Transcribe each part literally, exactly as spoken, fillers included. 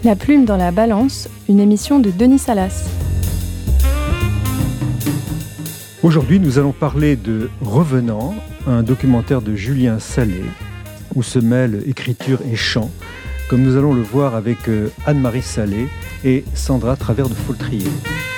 La plume dans la balance, une émission de Denis Salas. Aujourd'hui, nous allons parler de Revenant, un documentaire de Julien Salé, où se mêlent écriture et chant, comme nous allons le voir avec Anne-Marie Salé et Sandra Travers de Foltrier.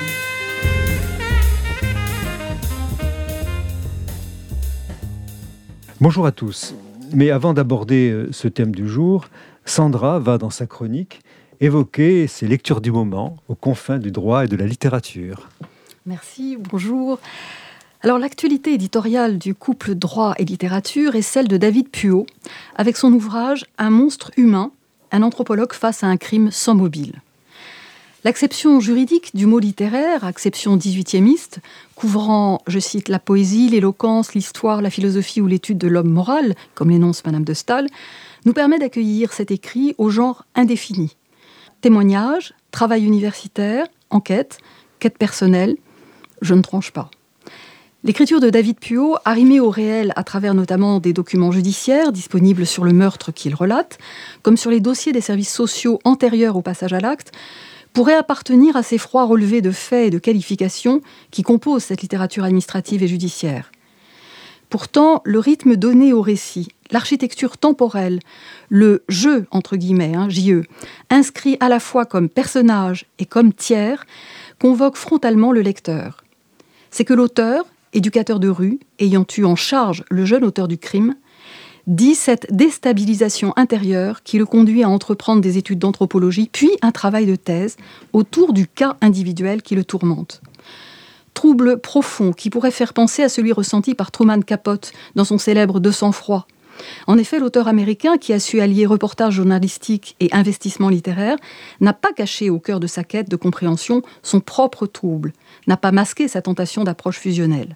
Bonjour à tous. Mais avant d'aborder ce thème du jour, Sandra va, dans sa chronique, évoquer ses lectures du moment aux confins du droit et de la littérature. Merci, bonjour. Alors, l'actualité éditoriale du couple droit et littérature est celle de David Puot, avec son ouvrage « Un monstre humain, un anthropologue face à un crime sans mobile ». L'acception juridique du mot littéraire, acception dix-huitiémiste, couvrant, je cite, la poésie, l'éloquence, l'histoire, la philosophie ou l'étude de l'homme moral, comme l'énonce Madame de Staël, nous permet d'accueillir cet écrit au genre indéfini. Témoignage, travail universitaire, enquête, quête personnelle, je ne tranche pas. L'écriture de David Puot, arrimée au réel à travers notamment des documents judiciaires disponibles sur le meurtre qu'il relate, comme sur les dossiers des services sociaux antérieurs au passage à l'acte, pourrait appartenir à ces froids relevés de faits et de qualifications qui composent cette littérature administrative et judiciaire. Pourtant, le rythme donné au récit, l'architecture temporelle, le « je » entre guillemets, hein, J E, inscrit à la fois comme personnage et comme tiers, convoque frontalement le lecteur. C'est que l'auteur, éducateur de rue, ayant eu en charge le jeune auteur du crime, dit cette déstabilisation intérieure qui le conduit à entreprendre des études d'anthropologie, puis un travail de thèse autour du cas individuel qui le tourmente. Trouble profond qui pourrait faire penser à celui ressenti par Truman Capote dans son célèbre De sang-froid. En effet, l'auteur américain, qui a su allier reportage journalistique et investissement littéraire, n'a pas caché au cœur de sa quête de compréhension son propre trouble, n'a pas masqué sa tentation d'approche fusionnelle.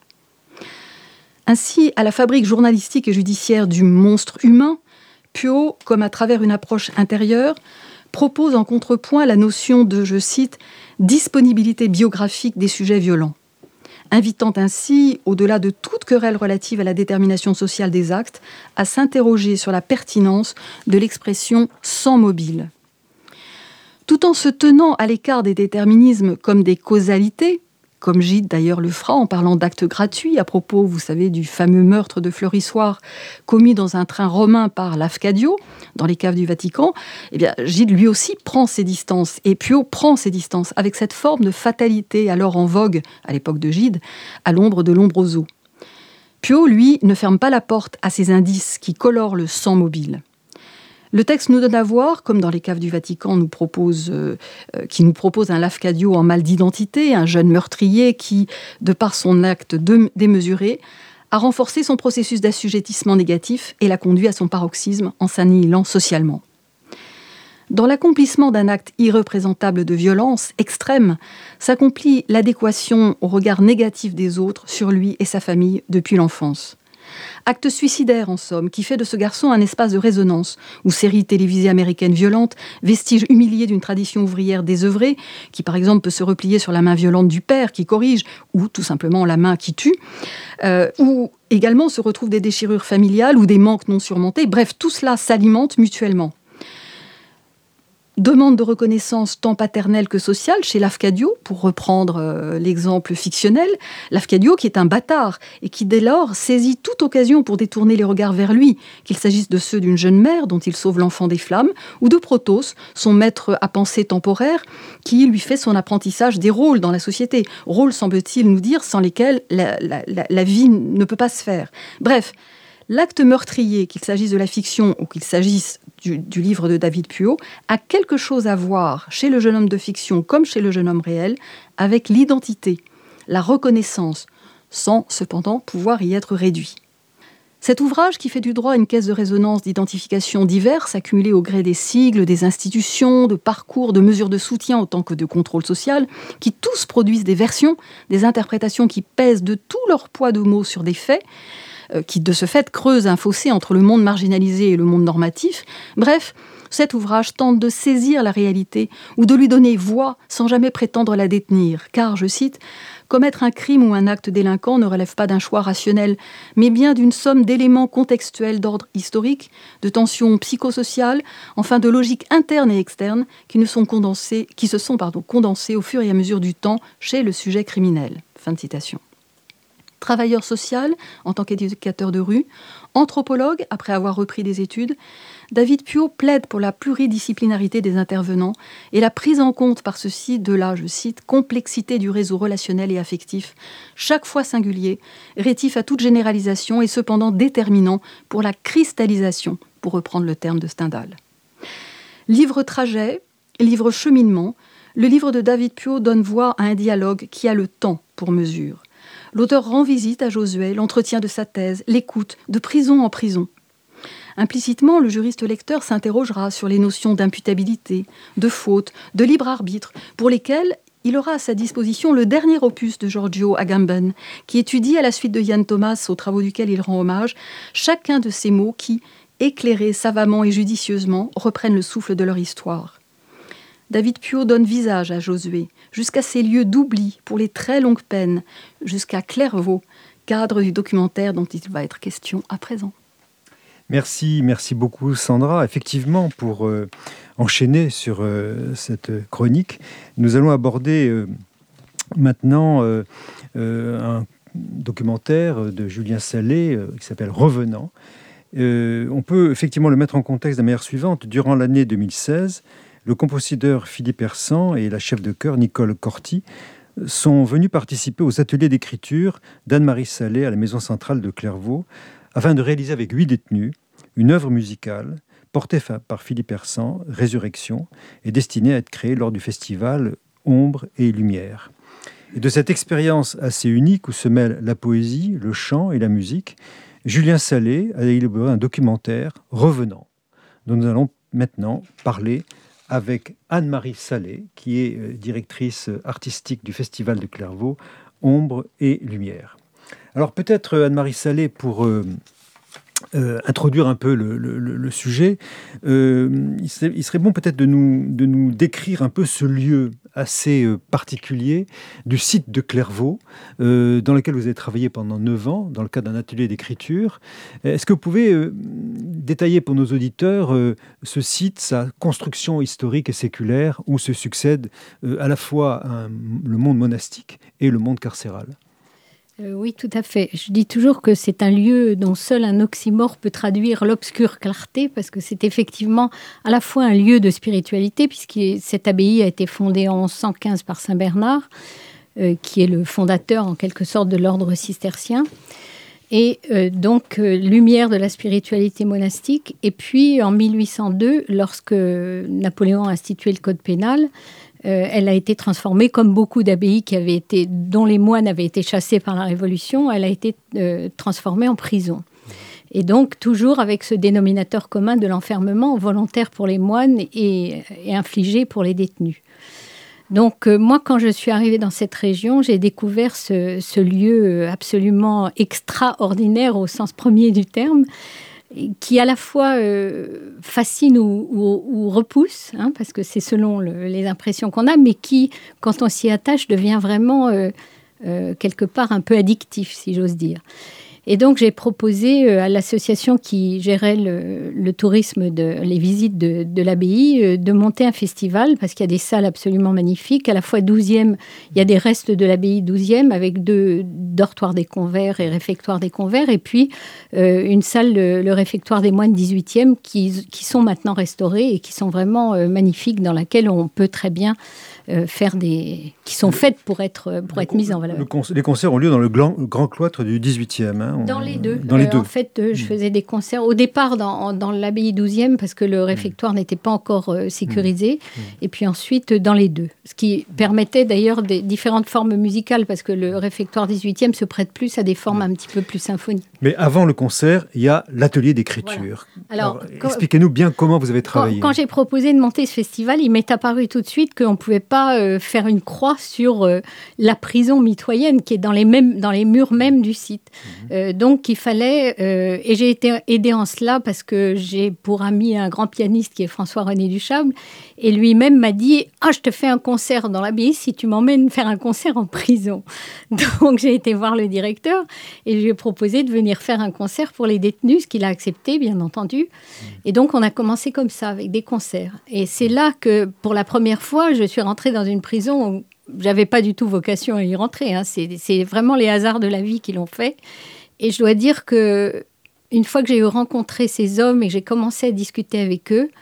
Ainsi, à la fabrique journalistique et judiciaire du monstre humain, Puot, comme à travers une approche intérieure, propose en contrepoint la notion de, je cite, « disponibilité biographique des sujets violents », invitant ainsi, au-delà de toute querelle relative à la détermination sociale des actes, à s'interroger sur la pertinence de l'expression « sans mobile ». Tout en se tenant à l'écart des déterminismes comme des causalités, comme Gide d'ailleurs le fera en parlant d'actes gratuits à propos, vous savez, du fameux meurtre de Fleury-Soir commis dans un train romain par Lafcadio, dans les caves du Vatican, eh bien, Gide lui aussi prend ses distances, et Puot prend ses distances avec cette forme de fatalité alors en vogue, à l'époque de Gide, à l'ombre de Lombroso. Puot, lui, ne ferme pas la porte à ces indices qui colorent le sang mobile. Le texte nous donne à voir, comme dans les caves du Vatican, nous propose, euh, qui nous propose un Lafcadio en mal d'identité, un jeune meurtrier qui, de par son acte de, démesuré, a renforcé son processus d'assujettissement négatif et l'a conduit à son paroxysme en s'annihilant socialement. Dans l'accomplissement d'un acte irreprésentable de violence extrême, s'accomplit l'adéquation au regard négatif des autres sur lui et sa famille depuis l'enfance. Acte suicidaire, en somme, qui fait de ce garçon un espace de résonance, où séries télévisées américaines violentes, vestiges humiliés d'une tradition ouvrière désœuvrée, qui par exemple peut se replier sur la main violente du père qui corrige, ou tout simplement la main qui tue, euh, où également se retrouvent des déchirures familiales ou des manques non surmontés, bref, tout cela s'alimente mutuellement. Demande de reconnaissance tant paternelle que sociale chez Lafcadio, pour reprendre euh, l'exemple fictionnel. Lafcadio qui est un bâtard et qui dès lors saisit toute occasion pour détourner les regards vers lui, qu'il s'agisse de ceux d'une jeune mère dont il sauve l'enfant des flammes, ou de Protos, son maître à pensée temporaire, qui lui fait son apprentissage des rôles dans la société. Rôles, semble-t-il nous dire, sans lesquels la, la, la, la vie ne peut pas se faire. Bref, l'acte meurtrier, qu'il s'agisse de la fiction ou qu'il s'agisse du, du livre de David Puot, a quelque chose à voir chez le jeune homme de fiction comme chez le jeune homme réel avec l'identité, la reconnaissance, sans cependant pouvoir y être réduit. Cet ouvrage qui fait du droit une caisse de résonance d'identifications diverses, accumulées au gré des sigles, des institutions, de parcours, de mesures de soutien autant que de contrôle social, qui tous produisent des versions, des interprétations qui pèsent de tout leur poids de mots sur des faits, qui de ce fait creuse un fossé entre le monde marginalisé et le monde normatif. Bref, cet ouvrage tente de saisir la réalité ou de lui donner voix sans jamais prétendre la détenir. Car, je cite, Commettre un crime ou un acte délinquant ne relève pas d'un choix rationnel, mais bien d'une somme d'éléments contextuels d'ordre historique, de tensions psychosociales, enfin de logiques internes et externes qui, ne sont condensées, qui se sont pardon, condensées au fur et à mesure du temps chez le sujet criminel. Fin de citation. Travailleur social en tant qu'éducateur de rue, anthropologue après avoir repris des études, David Puot plaide pour la pluridisciplinarité des intervenants et la prise en compte par ceux-ci de la, je cite, complexité du réseau relationnel et affectif, chaque fois singulier, rétif à toute généralisation et cependant déterminant pour la cristallisation, pour reprendre le terme de Stendhal. Livre trajet, livre cheminement, le livre de David Puot donne voix à un dialogue qui a le temps pour mesure. L'auteur rend visite à Josué, l'entretien de sa thèse, l'écoute, de prison en prison. Implicitement, le juriste lecteur s'interrogera sur les notions d'imputabilité, de faute, de libre arbitre, pour lesquelles il aura à sa disposition le dernier opus de Giorgio Agamben, qui étudie à la suite de Yann Thomas, aux travaux duquel il rend hommage, chacun de ces mots qui, éclairés savamment et judicieusement, reprennent le souffle de leur histoire. David Puot donne visage à Josué, jusqu'à ces lieux d'oubli pour les très longues peines, jusqu'à Clairvaux, cadre du documentaire dont il va être question à présent. Merci, merci beaucoup Sandra. Effectivement, pour euh, enchaîner sur euh, cette chronique, nous allons aborder euh, maintenant euh, euh, un documentaire de Julien Salé euh, qui s'appelle « Revenant ». Euh, on peut effectivement le mettre en contexte de la manière suivante. Durant l'année deux mille seize, le compositeur Philippe Hersan et la chef de chœur Nicole Corti sont venus participer aux ateliers d'écriture d'Anne-Marie Salé à la Maison centrale de Clairvaux afin de réaliser avec huit détenus une œuvre musicale portée par Philippe Hersan, Résurrection, et destinée à être créée lors du festival Ombre et Lumière. Et de cette expérience assez unique où se mêlent la poésie, le chant et la musique, Julien Salé a élaboré un documentaire Revenant, dont nous allons maintenant parler avec Anne-Marie Salé, qui est directrice artistique du Festival de Clairvaux, Ombre et Lumière. Alors peut-être Anne-Marie Salé, pour euh, euh, introduire un peu le, le, le sujet, euh, il, serait, il serait bon peut-être de nous, de nous décrire un peu ce lieu assez euh, particulier du site de Clairvaux, euh, dans lequel vous avez travaillé pendant neuf ans, dans le cadre d'un atelier d'écriture. Est-ce que vous pouvez euh, détailler pour nos auditeurs euh, ce site, sa construction historique et séculaire, où se succèdent euh, à la fois un, le monde monastique et le monde carcéral ? Euh, oui, tout à fait. Je dis toujours que c'est un lieu dont seul un oxymore peut traduire l'obscure clarté, parce que c'est effectivement à la fois un lieu de spiritualité, puisque cette abbaye a été fondée en onze cent quinze par saint Bernard, euh, qui est le fondateur en quelque sorte de l'ordre cistercien, et euh, donc euh, lumière de la spiritualité monastique. Et puis en mille huit cent deux, lorsque Napoléon a institué le code pénal, Euh, elle a été transformée, comme beaucoup d'abbayes qui avaient été, dont les moines avaient été chassés par la Révolution, elle a été euh, transformée en prison. Et donc, toujours avec ce dénominateur commun de l'enfermement volontaire pour les moines et, et infligé pour les détenus. Donc, euh, moi, quand je suis arrivée dans cette région, j'ai découvert ce, ce lieu absolument extraordinaire au sens premier du terme, qui à la fois euh, fascine ou, ou, ou repousse, hein, parce que c'est selon le, les impressions qu'on a, mais qui, quand on s'y attache, devient vraiment euh, euh, quelque part un peu addictif, si j'ose dire. Et donc, j'ai proposé euh, à l'association qui gérait le, le tourisme, de, les visites de, de l'abbaye, euh, de monter un festival, parce qu'il y a des salles absolument magnifiques. À la fois douzième, il y a des restes de l'abbaye douzième, avec deux dortoirs des convers et réfectoires des convers, et puis euh, une salle, le, le réfectoire des moines dix-huitième, qui, qui sont maintenant restaurés et qui sont vraiment euh, magnifiques, dans laquelle on peut très bien euh, faire des... qui sont faites pour être, pour être mises en valeur. Le con- les concerts ont lieu dans le grand, grand cloître du dix-huitième. Hein, Dans les deux. Dans les euh, deux. En fait, euh, je faisais des concerts au départ dans, dans l'abbaye douzième, parce que le réfectoire mmh. n'était pas encore euh, sécurisé, mmh. et puis ensuite dans les deux. Ce qui permettait d'ailleurs des différentes formes musicales, parce que le réfectoire dix-huitième se prête plus à des formes mmh. un petit peu plus symphoniques. Mais avant le concert, il y a l'atelier d'écriture. Voilà. Alors, Alors quand, expliquez-nous bien comment vous avez travaillé. Quand, quand j'ai proposé de monter ce festival, il m'est apparu tout de suite qu'on ne pouvait pas euh, faire une croix sur euh, la prison mitoyenne qui est dans les, mêmes, dans les murs même du site. Mmh. Euh, donc, il fallait... Euh, et j'ai été aidée en cela parce que j'ai pour ami un grand pianiste qui est François-René Duchâble. Et lui-même m'a dit « Ah, je te fais un concert dans l'abbaye si tu m'emmènes faire un concert en prison. » Donc, j'ai été voir le directeur et je lui ai proposé de venir faire un concert pour les détenus, ce qu'il a accepté, bien entendu. Mmh. Et donc, on a commencé comme ça, avec des concerts. Et c'est là que, pour la première fois, je suis rentrée dans une prison où j'avais pas du tout vocation à y rentrer. Hein. C'est, c'est vraiment les hasards de la vie qui l'ont fait. Et je dois dire que une fois que j'ai rencontré ces hommes et que j'ai commencé à discuter avec eux,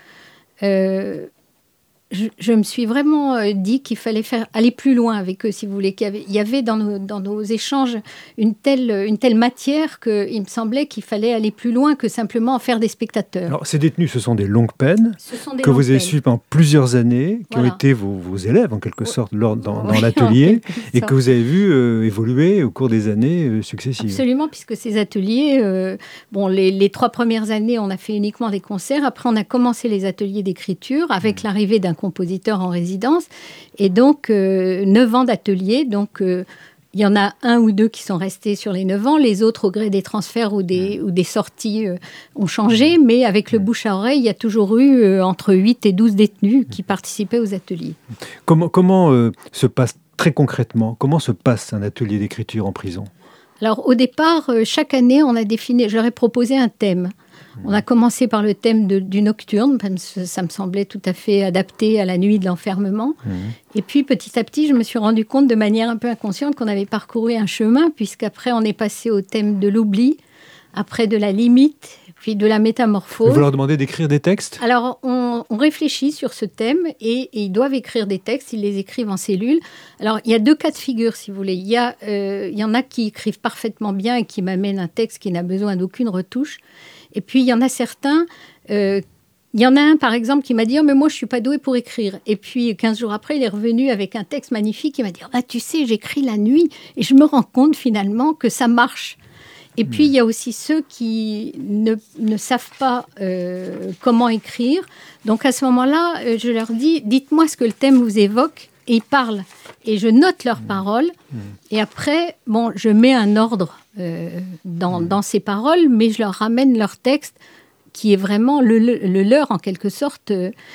euh, je, je me suis vraiment euh, dit qu'il fallait faire, aller plus loin avec eux, si vous voulez. Qu'il y avait, il y avait dans, nos, dans nos échanges une telle, une telle matière qu'il me semblait qu'il fallait aller plus loin que simplement faire des spectateurs. Alors, ces détenus, ce sont des longues peines des que longues vous avez peines. suivies pendant plusieurs années, qui voilà. ont été vos, vos élèves, en quelque sorte, lors, dans, dans oui, l'atelier, et que vous avez vu euh, évoluer au cours des années euh, successives. Absolument, puisque ces ateliers, euh, bon, les, les trois premières années, on a fait uniquement des concerts. Après, on a commencé les ateliers d'écriture avec mmh. l'arrivée d'un compositeur en résidence. Et donc, euh, neuf ans d'ateliers. Donc, euh, il y en a un ou deux qui sont restés sur les neuf ans. Les autres, au gré des transferts ou des, mmh. ou des sorties, euh, ont changé. Mais avec le bouche à oreille, il y a toujours eu euh, entre huit et douze détenus qui participaient aux ateliers. Comment, comment euh, se passe très concrètement, comment se passe un atelier d'écriture en prison ? Alors, au départ, euh, chaque année, on a défini, je leur ai proposé un thème. On a commencé par le thème de, du nocturne, parce que ça me semblait tout à fait adapté à la nuit de l'enfermement. Mmh. Et puis, petit à petit, je me suis rendu compte de manière un peu inconsciente qu'on avait parcouru un chemin, puisqu'après, on est passé au thème de l'oubli, après de la limite, puis de la métamorphose. Vous leur demandez d'écrire des textes ? Alors, on, on réfléchit sur ce thème et, et ils doivent écrire des textes, ils les écrivent en cellule. Alors, il y a deux cas de figure, si vous voulez. Il y, a, euh, il y en a qui écrivent parfaitement bien et qui m'amènent un texte qui n'a besoin d'aucune retouche. Et puis, il y en a certains... Euh, il y en a un, par exemple, qui m'a dit oh, « mais moi, je ne suis pas douée pour écrire ». Et puis, quinze jours après, il est revenu avec un texte magnifique. Il m'a dit oh, « bah, tu sais, j'écris la nuit et je me rends compte finalement que ça marche ». Et puis, il y a aussi ceux qui ne, ne savent pas euh, comment écrire. Donc, à ce moment-là, euh, je leur dis, dites-moi ce que le thème vous évoque. Et ils parlent. Et je note leurs mmh. paroles. Mmh. Et après, bon, je mets un ordre euh, dans, mmh. dans ces paroles, mais je leur ramène leur texte qui est vraiment le, le, le leur, en quelque sorte.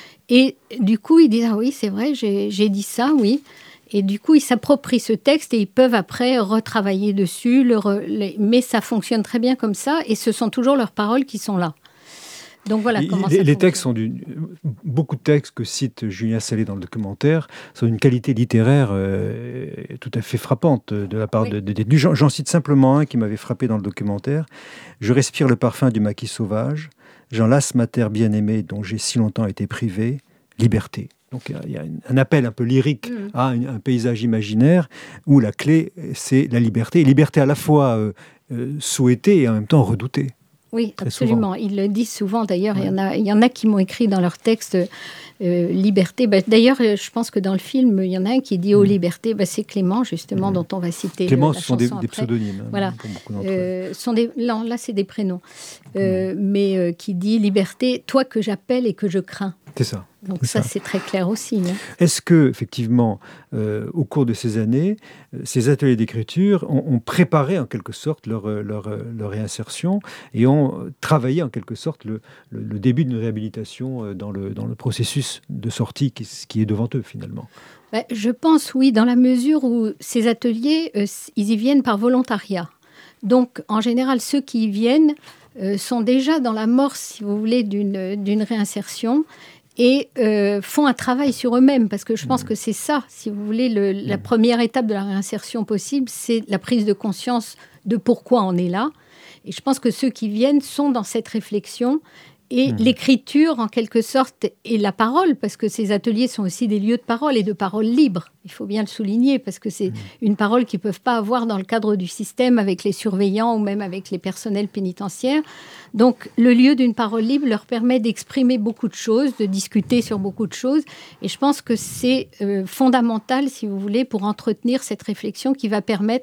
Et du coup, ils disent, ah oui, c'est vrai, j'ai, j'ai dit ça, oui. Et du coup, ils s'approprient ce texte et ils peuvent après retravailler dessus. Le re... Mais ça fonctionne très bien comme ça et ce sont toujours leurs paroles qui sont là. Donc voilà les, comment les, ça les textes sont d'une... Beaucoup de textes que cite Julien Salé dans le documentaire sont d'une qualité littéraire euh, tout à fait frappante de la part oui. de, de détenus. J'en, j'en cite simplement un qui m'avait frappé dans le documentaire. « Je respire le parfum du maquis sauvage. J'enlace ma terre bien-aimée dont j'ai si longtemps été privé. Liberté. » Donc il y a un appel un peu lyrique mmh. à un, un paysage imaginaire où la clé, c'est la liberté. Et liberté à la fois euh, euh, souhaitée et en même temps redoutée. Oui, absolument. Souvent. Ils le disent souvent, d'ailleurs. Ouais. Il y en a, il y en a qui m'ont écrit dans leur texte euh, « Liberté bah, ». D'ailleurs, je pense que dans le film, il y en a un qui dit « Oh, liberté bah, ». C'est Clément, justement, mmh. dont on va citer Clément, le, ce sont des, des pseudonymes. Hein, voilà. Pour beaucoup d'entre euh, sont des, non, là, c'est des prénoms. Euh, mmh. Mais euh, qui dit « Liberté, toi que j'appelle et que je crains ». C'est ça. Donc c'est ça, ça, c'est très clair aussi. Hein. Est-ce que, effectivement, euh, au cours de ces années, euh, ces ateliers d'écriture ont, ont préparé en quelque sorte leur, leur, leur réinsertion et ont travaillé en quelque sorte le, le, le début d'une réhabilitation dans le, dans le processus de sortie qui, qui est devant eux, finalement ? Ben, je pense, oui, dans la mesure où ces ateliers, euh, ils y viennent par volontariat. Donc, en général, ceux qui y viennent euh, sont déjà dans l'amorce, si vous voulez, d'une, d'une réinsertion et euh, font un travail sur eux-mêmes, parce que je pense que c'est ça, si vous voulez, le, la première étape de la réinsertion possible, c'est la prise de conscience de pourquoi on est là. Et je pense que ceux qui viennent sont dans cette réflexion. Et mmh. l'écriture, en quelque sorte, et la parole, parce que ces ateliers sont aussi des lieux de parole et de parole libre. Il faut bien le souligner, parce que c'est mmh. une parole qu'ils ne peuvent pas avoir dans le cadre du système avec les surveillants ou même avec les personnels pénitentiaires. Donc, le lieu d'une parole libre leur permet d'exprimer beaucoup de choses, de discuter sur beaucoup de choses. Et je pense que c'est euh, fondamental, si vous voulez, pour entretenir cette réflexion qui va permettre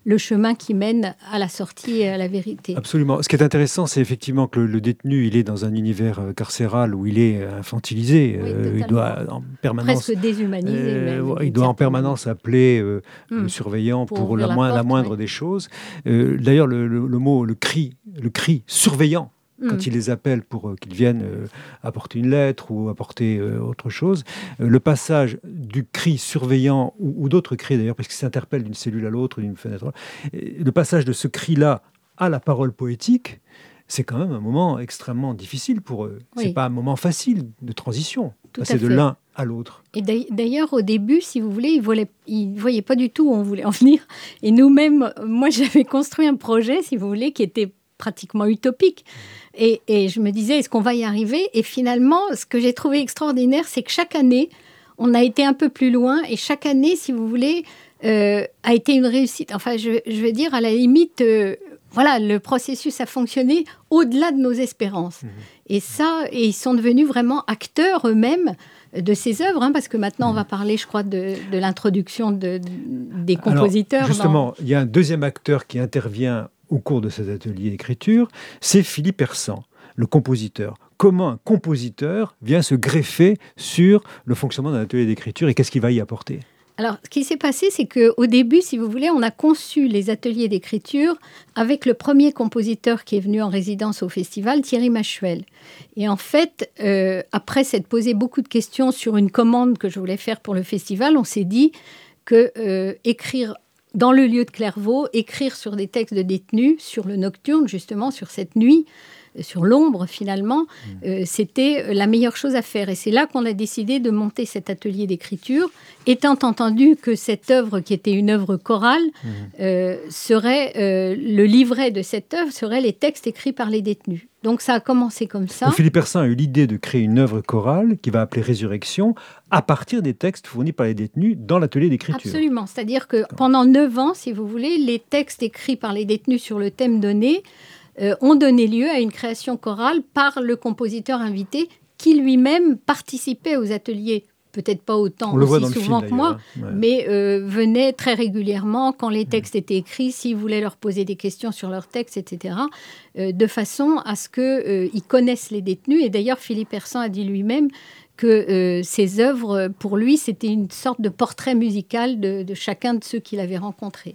le chemin qui mène à la sortie et à la vérité. Absolument. Ce qui est intéressant, c'est effectivement que le, le détenu, il est dans un univers euh, carcéral où il est infantilisé. Oui, euh, il doit en permanence... Presque déshumanisé. Euh, même, il doit en permanence appeler euh, mmh. le surveillant pour, pour la, la, porte, la moindre ouais. des choses. Euh, d'ailleurs, le, le, le mot, le cri, le cri surveillant, quand mmh. il les appelle pour euh, qu'ils viennent euh, apporter une lettre ou apporter euh, autre chose, euh, le passage du cri surveillant, ou, ou d'autres cris d'ailleurs, parce qu'il s'interpelle d'une cellule à l'autre, d'une fenêtre, le passage de ce cri-là à la parole poétique, c'est quand même un moment extrêmement difficile pour eux. Oui. C'est pas un moment facile de transition, Tout passer de l'un à l'autre. Et d'ailleurs, au début, si vous voulez, ils ne voyaient pas du tout où on voulait en venir. Et nous-mêmes, moi, j'avais construit un projet, si vous voulez, qui était pratiquement utopique. Et, et je me disais, est-ce qu'on va y arriver ? Et finalement, ce que j'ai trouvé extraordinaire, c'est que chaque année, on a été un peu plus loin. Et chaque année, si vous voulez, euh, a été une réussite. Enfin, je, je veux dire, à la limite, euh, voilà, le processus a fonctionné au-delà de nos espérances. Mmh. Et ça, et ils sont devenus vraiment acteurs eux-mêmes de ces œuvres, hein, parce que maintenant, mmh. on va parler, je crois, de, de l'introduction de, de, des compositeurs. Alors, justement, dans... il y a un deuxième acteur qui intervient au cours de cet atelier d'écriture, c'est Philippe Hersan, le compositeur. Comment un compositeur vient se greffer sur le fonctionnement d'un atelier d'écriture et qu'est-ce qu'il va y apporter ? Alors, ce qui s'est passé, c'est qu'au début, si vous voulez, on a conçu les ateliers d'écriture avec le premier compositeur qui est venu en résidence au festival, Thierry Machuel. Et en fait, euh, après s'être posé beaucoup de questions sur une commande que je voulais faire pour le festival, on s'est dit que euh, écrire dans le lieu de Clairvaux, écrire sur des textes de détenus, sur le nocturne, justement, sur cette nuit, sur l'ombre, finalement, mmh. euh, c'était la meilleure chose à faire. Et c'est là qu'on a décidé de monter cet atelier d'écriture, étant entendu que cette œuvre, qui était une œuvre chorale, mmh. euh, serait, euh, le livret de cette œuvre serait les textes écrits par les détenus. Donc ça a commencé comme ça. Donc Philippe Hersan a eu l'idée de créer une œuvre chorale qu'il va appeler Résurrection à partir des textes fournis par les détenus dans l'atelier d'écriture. Absolument. C'est-à-dire que pendant neuf ans, si vous voulez, les textes écrits par les détenus sur le thème donné euh, ont donné lieu à une création chorale par le compositeur invité qui lui-même participait aux ateliers. Peut-être pas autant aussi souvent que moi, ouais. mais euh, venait très régulièrement quand les textes étaient écrits, s'ils voulaient leur poser des questions sur leurs textes, et cetera, euh, de façon à ce qu'ils euh, connaissent les détenus. Et d'ailleurs, Philippe Hersan a dit lui-même que euh, ces œuvres, pour lui, c'était une sorte de portrait musical de, de chacun de ceux qu'il avait rencontrés.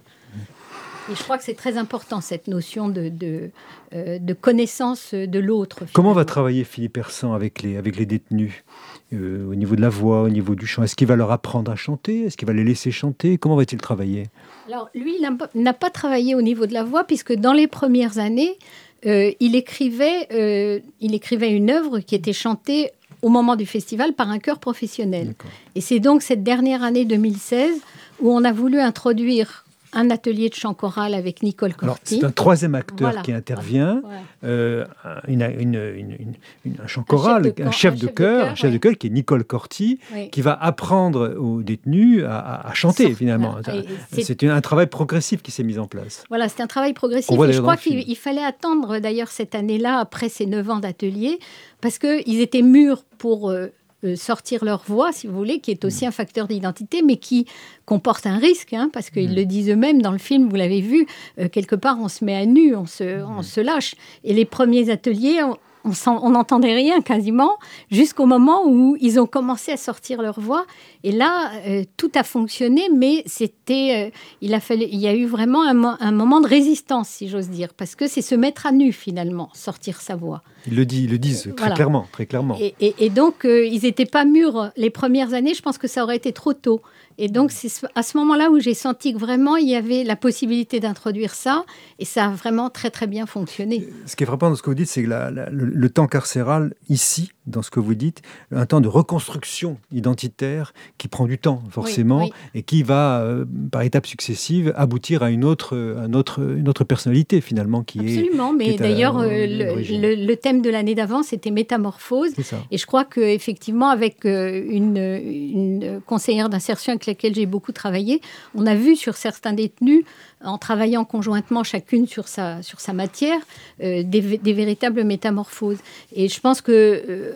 Et je crois que c'est très important, cette notion de, de, euh, de connaissance de l'autre. Finalement. Comment va travailler Philippe Hersan avec les, avec les détenus euh, au niveau de la voix, au niveau du chant? Est-ce qu'il va leur apprendre à chanter? Est-ce qu'il va les laisser chanter? Comment va-t-il travailler? Alors, lui, il n'a, n'a pas travaillé au niveau de la voix, puisque dans les premières années, euh, il, écrivait, euh, il écrivait une œuvre qui était chantée au moment du festival par un chœur professionnel. D'accord. Et c'est donc cette dernière année deux mille seize où on a voulu introduire un atelier de chant choral avec Nicole Corti. Alors, c'est un troisième acteur voilà. qui intervient, voilà. euh, une, une, une, une, un chant choral, un chef de chœur, un chef de chœur qui est Nicole Corti, oui. qui va apprendre aux détenus à, à, à chanter, Sauf, finalement. Voilà. C'est, c'est un travail progressif qui s'est mis en place. Voilà, c'est un travail progressif. Et je crois qu'il il fallait attendre, d'ailleurs, cette année-là, après ces neuf ans d'atelier, parce qu'ils étaient mûrs pour... Euh, sortir leur voix, si vous voulez, qui est aussi un facteur d'identité, mais qui comporte un risque, hein, parce qu'ils mmh. le disent eux-mêmes dans le film, vous l'avez vu, euh, quelque part, on se met à nu, on se, mmh. on se lâche. Et les premiers ateliers, on n'entendait rien quasiment, jusqu'au moment où ils ont commencé à sortir leur voix. Et là, euh, tout a fonctionné, mais c'était, euh, il, a fallu, il y a eu vraiment un, un moment de résistance, si j'ose dire, parce que c'est se mettre à nu, finalement, sortir sa voix. Ils le, dit, ils le disent très voilà. clairement, très clairement. Et, et, et donc, euh, ils n'étaient pas mûrs. Les premières années, je pense que ça aurait été trop tôt. Et donc, c'est à ce moment-là où j'ai senti que vraiment, il y avait la possibilité d'introduire ça. Et ça a vraiment très, très bien fonctionné. Ce qui est frappant dans ce que vous dites, c'est que la, la, le, le temps carcéral, ici, dans ce que vous dites, un temps de reconstruction identitaire qui prend du temps, forcément, oui, oui. et qui va, euh, par étapes successives, aboutir à une autre, un autre, une autre personnalité, finalement, qui Absolument, est... Absolument, mais d'ailleurs, euh, le, le, le thème de l'année d'avant, c'était métamorphose. Et je crois qu'effectivement, avec euh, une, une conseillère d'insertion avec laquelle j'ai beaucoup travaillé, on a vu sur certains détenus, en travaillant conjointement chacune sur sa, sur sa matière, euh, des, des véritables métamorphoses. Et je pense que, euh,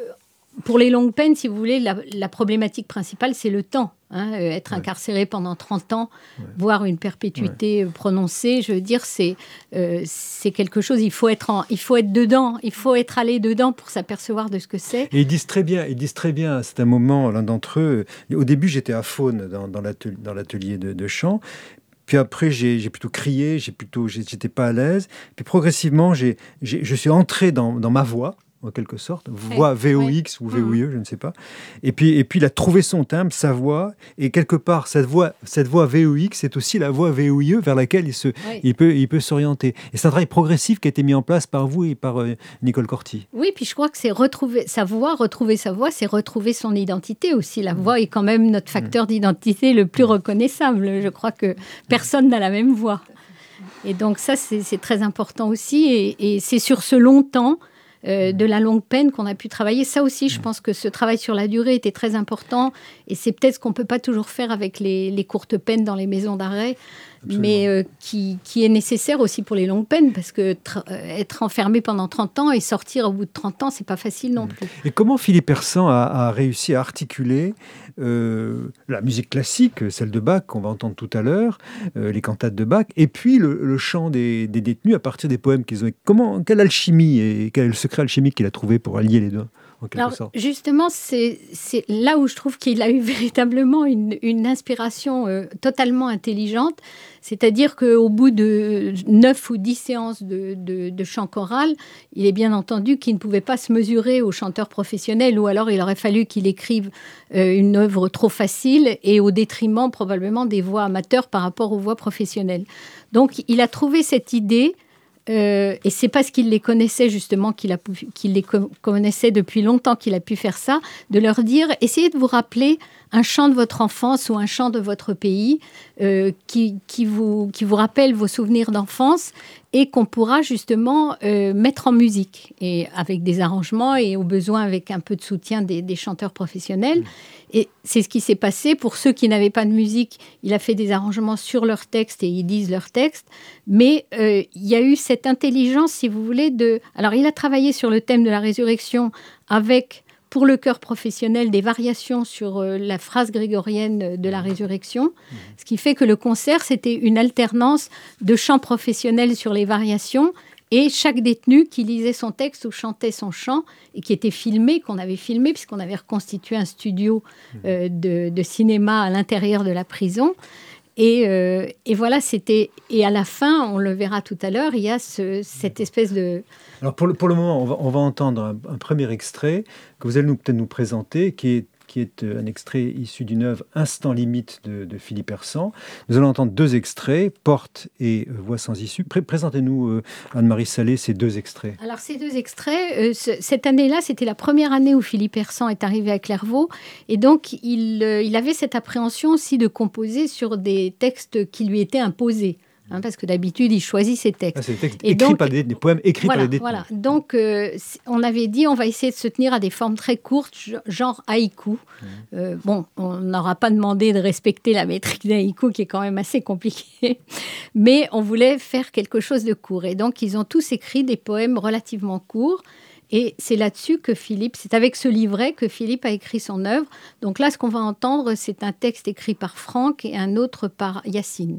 pour les longues peines, si vous voulez, la, la problématique principale, c'est le temps. Hein, euh, être ouais. incarcéré pendant trente ans, ouais. voire une perpétuité ouais. prononcée, je veux dire, c'est, euh, c'est quelque chose, il faut, être en, il faut être dedans, il faut être allé dedans pour s'apercevoir de ce que c'est. Et ils disent très bien, ils disent très bien, c'est un moment, l'un d'entre eux, au début j'étais à Faune dans, dans, l'atelier, dans l'atelier de, de chant, puis après j'ai, j'ai plutôt crié, j'ai plutôt, j'étais pas à l'aise, puis progressivement j'ai, j'ai, je suis entré dans, dans ma voix, en quelque sorte, voix V O X ouais. ou V O I E, mmh. je ne sais pas. Et puis, et puis, il a trouvé son timbre, sa voix, et quelque part, cette voix, cette voix V O X, c'est aussi la voix V O I E vers laquelle il, se, oui. il, peut, il peut s'orienter. Et c'est un travail progressif qui a été mis en place par vous et par euh, Nicole Corti. Oui, puis je crois que c'est retrouver sa voix, retrouver sa voix, c'est retrouver son identité aussi. La mmh. voix est quand même notre facteur mmh. d'identité le plus reconnaissable. Je crois que personne n'a la même voix. Et donc ça, c'est, c'est très important aussi. Et, et c'est sur ce long temps Euh, de la longue peine qu'on a pu travailler. Ça aussi, je pense que ce travail sur la durée était très important et c'est peut-être ce qu'on ne peut pas toujours faire avec les, les courtes peines dans les maisons d'arrêt, Absolument. mais euh, qui, qui est nécessaire aussi pour les longues peines parce que tra- être enfermé pendant trente ans et sortir au bout de trente ans, ce n'est pas facile non plus. Et comment Philippe Hersan a, a réussi à articuler euh, la musique classique, celle de Bach qu'on va entendre tout à l'heure, euh, les cantates de Bach, et puis le, le chant des, des détenus à partir des poèmes qu'ils ont. Comment, quelle alchimie et quel est le secret alchimique qu'il a trouvé pour allier les deux en quelque Alors, sorte. Justement, c'est, c'est là où je trouve qu'il a eu véritablement une, une inspiration euh, totalement intelligente. C'est-à-dire qu'au bout de neuf ou dix séances de, de, de chant choral, il est bien entendu qu'il ne pouvait pas se mesurer aux chanteurs professionnels, ou alors il aurait fallu qu'il écrive euh, une œuvre trop facile et au détriment probablement des voix amateurs par rapport aux voix professionnelles. Donc, il a trouvé cette idée. Euh, et c'est parce qu'il les connaissait justement, qu'il, a, qu'il les co- connaissait depuis longtemps, qu'il a pu faire ça, de leur dire, essayez de vous rappeler un chant de votre enfance ou un chant de votre pays euh, qui, qui, vous, qui vous rappelle vos souvenirs d'enfance et qu'on pourra justement euh, mettre en musique, et avec des arrangements et au besoin avec un peu de soutien des, des chanteurs professionnels. Mmh. Et c'est ce qui s'est passé. Pour ceux qui n'avaient pas de musique, il a fait des arrangements sur leurs textes et ils disent leurs textes. Mais euh, il y a eu cette intelligence, si vous voulez, de... Alors, il a travaillé sur le thème de la résurrection avec, pour le chœur professionnel, des variations sur euh, la phrase grégorienne de la résurrection. Mmh. Ce qui fait que le concert, c'était une alternance de chants professionnels sur les variations et chaque détenu qui lisait son texte ou chantait son chant et qui était filmé, qu'on avait filmé puisqu'on avait reconstitué un studio euh, de, de cinéma à l'intérieur de la prison. Et, euh, et voilà, c'était... Et à la fin, on le verra tout à l'heure, il y a ce, cette espèce de... Alors pour le, pour le moment, on va, on va entendre un, un premier extrait que vous allez nous, peut-être nous présenter, qui est qui est un extrait issu d'une œuvre Instant limite de, de Philippe Hersan. Nous allons entendre deux extraits, Porte et euh, Voix sans issue. Pré- présentez-nous, euh, Anne-Marie Salé, ces deux extraits. Alors, ces deux extraits, euh, ce, cette année-là, c'était la première année où Philippe Hersan est arrivé à Clairvaux. Et donc, il, euh, il avait cette appréhension aussi de composer sur des textes qui lui étaient imposés. Hein, parce que d'habitude, il choisit ses textes. Ah, c'est des textes écrits donc, par des, des poèmes écrits voilà, par les détenus. Voilà. Donc, euh, on avait dit, on va essayer de se tenir à des formes très courtes, genre haïku. Mmh. Euh, bon, on n'aura pas demandé de respecter la métrique d'un haïku, qui est quand même assez compliquée, mais on voulait faire quelque chose de court. Et donc, ils ont tous écrit des poèmes relativement courts. Et c'est là-dessus que Philippe, c'est avec ce livret que Philippe a écrit son œuvre. Donc là, ce qu'on va entendre, c'est un texte écrit par Franck et un autre par Yacine.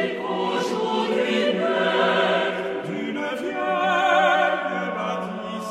D'une vieille bâtisse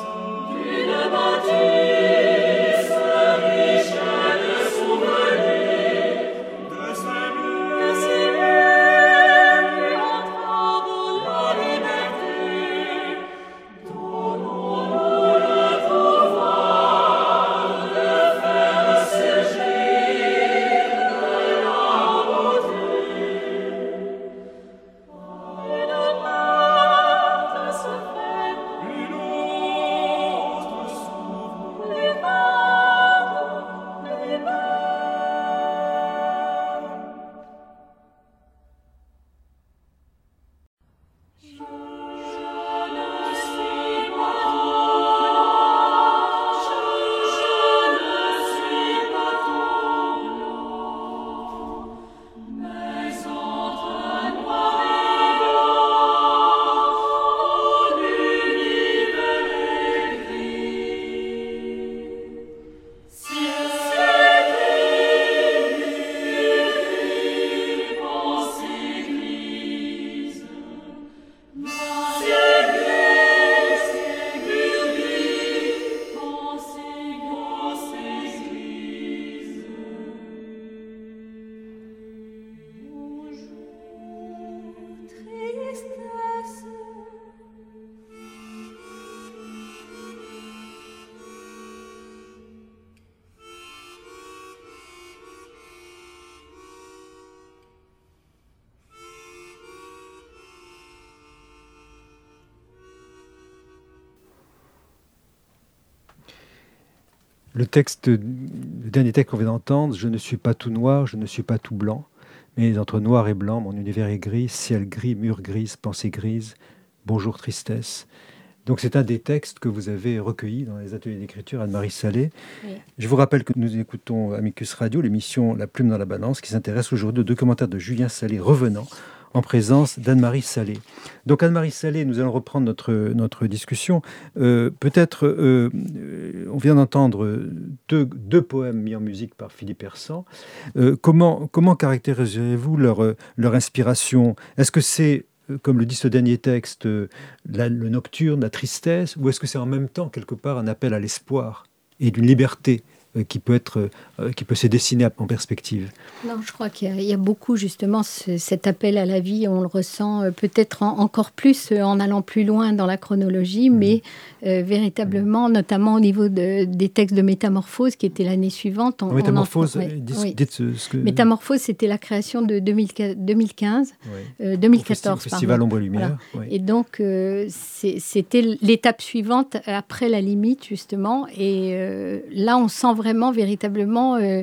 Le texte, le dernier texte qu'on vient d'entendre, « Je ne suis pas tout noir, je ne suis pas tout blanc, mais entre noir et blanc, mon univers est gris, ciel gris, mur grise, pensée grise, bonjour tristesse ». Donc c'est un des textes que vous avez recueillis dans les ateliers d'écriture, Anne-Marie Salé. Oui. Je vous rappelle que nous écoutons Amicus Radio, l'émission La Plume dans la Balance, qui s'intéresse aujourd'hui au documentaire de Julien Salé, Revenant, en présence d'Anne-Marie Salé. Donc Anne-Marie Salé, nous allons reprendre notre, notre discussion. Euh, peut-être, euh, on vient d'entendre deux, deux poèmes mis en musique par Philippe Hersant. Euh, comment, comment caractérisez-vous leur, leur inspiration ? Est-ce que c'est, comme le dit ce dernier texte, la, le nocturne, la tristesse, ou est-ce que c'est en même temps, quelque part, un appel à l'espoir et d'une liberté qui peut, être, qui peut se dessiner en perspective? Non, je crois qu'il y a, il y a beaucoup, justement, ce, cet appel à la vie. On le ressent euh, peut-être en, encore plus euh, en allant plus loin dans la chronologie, mmh. mais euh, véritablement, mmh. notamment au niveau de, des textes de Métamorphose, qui était l'année suivante. On, Métamorphose, on en, ouais, dites, oui. dites ce, ce que... Métamorphose, c'était la création de deux mille quinze, oui. euh, deux mille quatorze. Au Festival Ombre et Lumière. Voilà. Oui. Et donc, euh, c'est, c'était l'étape suivante après la limite, justement. Et euh, là, on sent vraiment, véritablement, euh,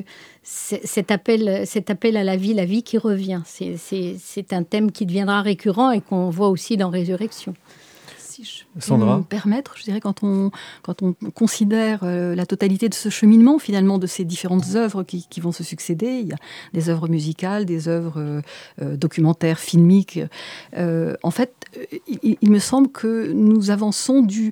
cet appel, cet appel à la vie, la vie qui revient. C'est, c'est, c'est un thème qui deviendra récurrent et qu'on voit aussi dans Résurrection. Si je Sandra. peux me permettre, je dirais, quand on, quand on considère euh, la totalité de ce cheminement, finalement, de ces différentes œuvres qui, qui vont se succéder, il y a des œuvres musicales, des œuvres euh, documentaires, filmiques. Euh, en fait, il, il me semble que nous avançons du,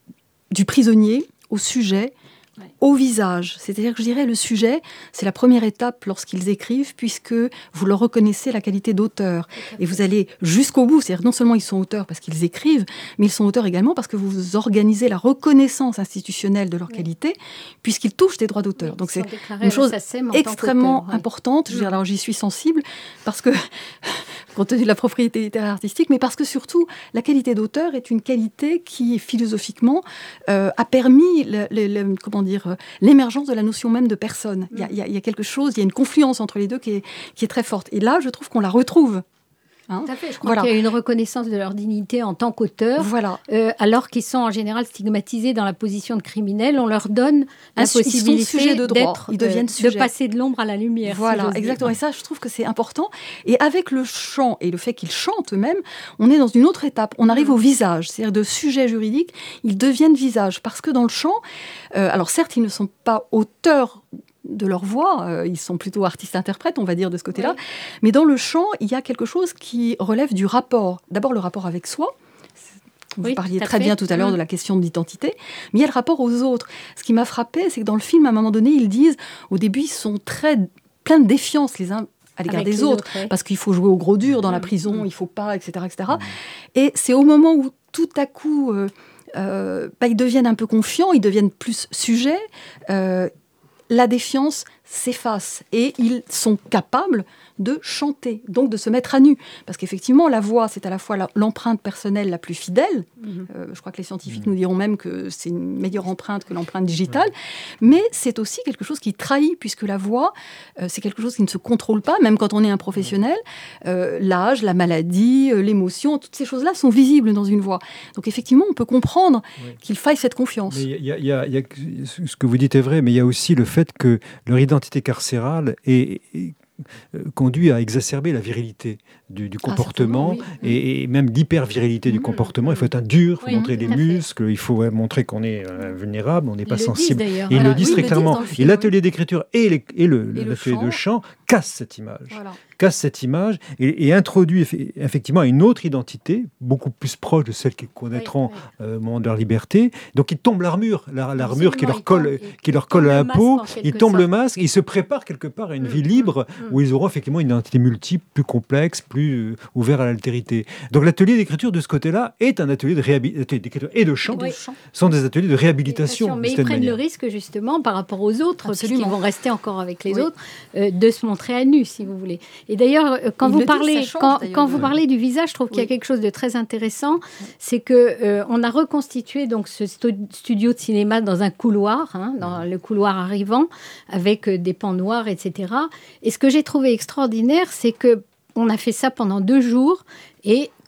du prisonnier au sujet, ouais. au visage. C'est-à-dire que je dirais le sujet, c'est la première étape lorsqu'ils écrivent, puisque vous leur reconnaissez la qualité d'auteur. Et vous allez jusqu'au bout. C'est-à-dire non seulement ils sont auteurs parce qu'ils écrivent, mais ils sont auteurs également parce que vous organisez la reconnaissance institutionnelle de leur oui. qualité, puisqu'ils touchent des droits d'auteur. Oui, donc c'est une chose extrêmement ouais. importante. Je veux dire, alors j'y suis sensible parce que, compte tenu de la propriété littéraire artistique, mais parce que surtout, la qualité d'auteur est une qualité qui, philosophiquement, euh, a permis le, le, le, comment dire, l'émergence de la notion même de personne. Il y a, il y a, il y a quelque chose, il y a une confluence entre les deux qui est, qui est très forte. Et là, je trouve qu'on la retrouve. Hein Tout à fait. Je crois voilà. qu'il y a une reconnaissance de leur dignité en tant qu'auteurs, voilà. euh, alors qu'ils sont en général stigmatisés dans la position de criminels. On leur donne la Un, possibilité de d'être, ils deviennent euh, de passer de l'ombre à la lumière. Voilà, si exactement. Et ça, je trouve que c'est important. Et avec le chant et le fait qu'ils chantent eux-mêmes, on est dans une autre étape. On arrive mmh. au visage, c'est-à-dire de sujets juridiques, ils deviennent visage. Parce que dans le chant, euh, alors certes, ils ne sont pas auteurs de leur voix, euh, ils sont plutôt artistes-interprètes, on va dire, de ce côté-là. Oui. Mais dans le chant, il y a quelque chose qui relève du rapport. D'abord, le rapport avec soi. Vous oui, parliez très fait. bien tout à l'heure mmh. de la question de l'identité, mais il y a le rapport aux autres. Ce qui m'a frappé, c'est que dans le film, à un moment donné, ils disent, au début, ils sont très pleins de défiance les uns à l'égard avec des autres, autres ouais. parce qu'il faut jouer au gros dur dans mmh. la prison, mmh. il ne faut pas, et cetera, et cetera. Mmh. Et c'est au moment où, tout à coup, euh, euh, bah, ils deviennent un peu confiants, ils deviennent plus sujets, euh, la défiance s'efface et ils sont capables de chanter, donc de se mettre à nu. Parce qu'effectivement, la voix, c'est à la fois la, l'empreinte personnelle la plus fidèle. Mmh. Euh, je crois que les scientifiques mmh. nous diront même que c'est une meilleure empreinte que l'empreinte digitale. Mmh. Mais c'est aussi quelque chose qui trahit, puisque la voix, euh, c'est quelque chose qui ne se contrôle pas, même quand on est un professionnel. Euh, l'âge, la maladie, euh, l'émotion, toutes ces choses-là sont visibles dans une voix. Donc effectivement, on peut comprendre oui. qu'il faille cette confiance. Mais y a, y a, y a, ce que vous dites est vrai, mais il y a aussi le fait que leur identité carcérale est... est conduit à exacerber la virilité du, du comportement ah, oui. et, et même l'hyper-virilité mmh, du comportement. Mmh. Il faut être un dur, il faut oui, montrer les muscles, fait. il faut ouais, montrer qu'on est euh, vulnérable, on n'est pas sensible. Et ils voilà. le disent oui, très clairement. Le film, et l'atelier oui. d'écriture et, les, et, le, et l'atelier le de chant cassent cette image. Voilà. casse cette image et, et introduit eff- effectivement une autre identité, beaucoup plus proche de celle qu'ils connaîtront oui, oui. Euh, au moment de leur liberté. Donc ils tombent l'armure, la, l'armure qui leur colle, tombe, qui leur colle à la peau, ils tombent le masque, ils se préparent quelque part à une mmh, vie libre mmh, où ils auront effectivement une identité multiple, plus complexe, plus euh, ouvert à l'altérité. Donc l'atelier d'écriture de ce côté-là est un atelier de réhabilitation d'écriture et de chant, oui. sont des ateliers de réhabilitation. Mais ils prennent manière. le risque justement par rapport aux autres, Absolument. parce qu'ils vont rester encore avec les oui. autres, euh, de se montrer à nu, si vous voulez. Et d'ailleurs, quand, vous parlez, dit, change, quand, d'ailleurs, quand de... vous parlez du visage, je trouve oui. qu'il y a quelque chose de très intéressant, c'est que euh, on a reconstitué donc ce studio de cinéma dans un couloir, hein, dans le couloir arrivant, avec euh, des pans noirs, et cetera. Et ce que j'ai trouvé extraordinaire, c'est que on a fait ça pendant deux jours et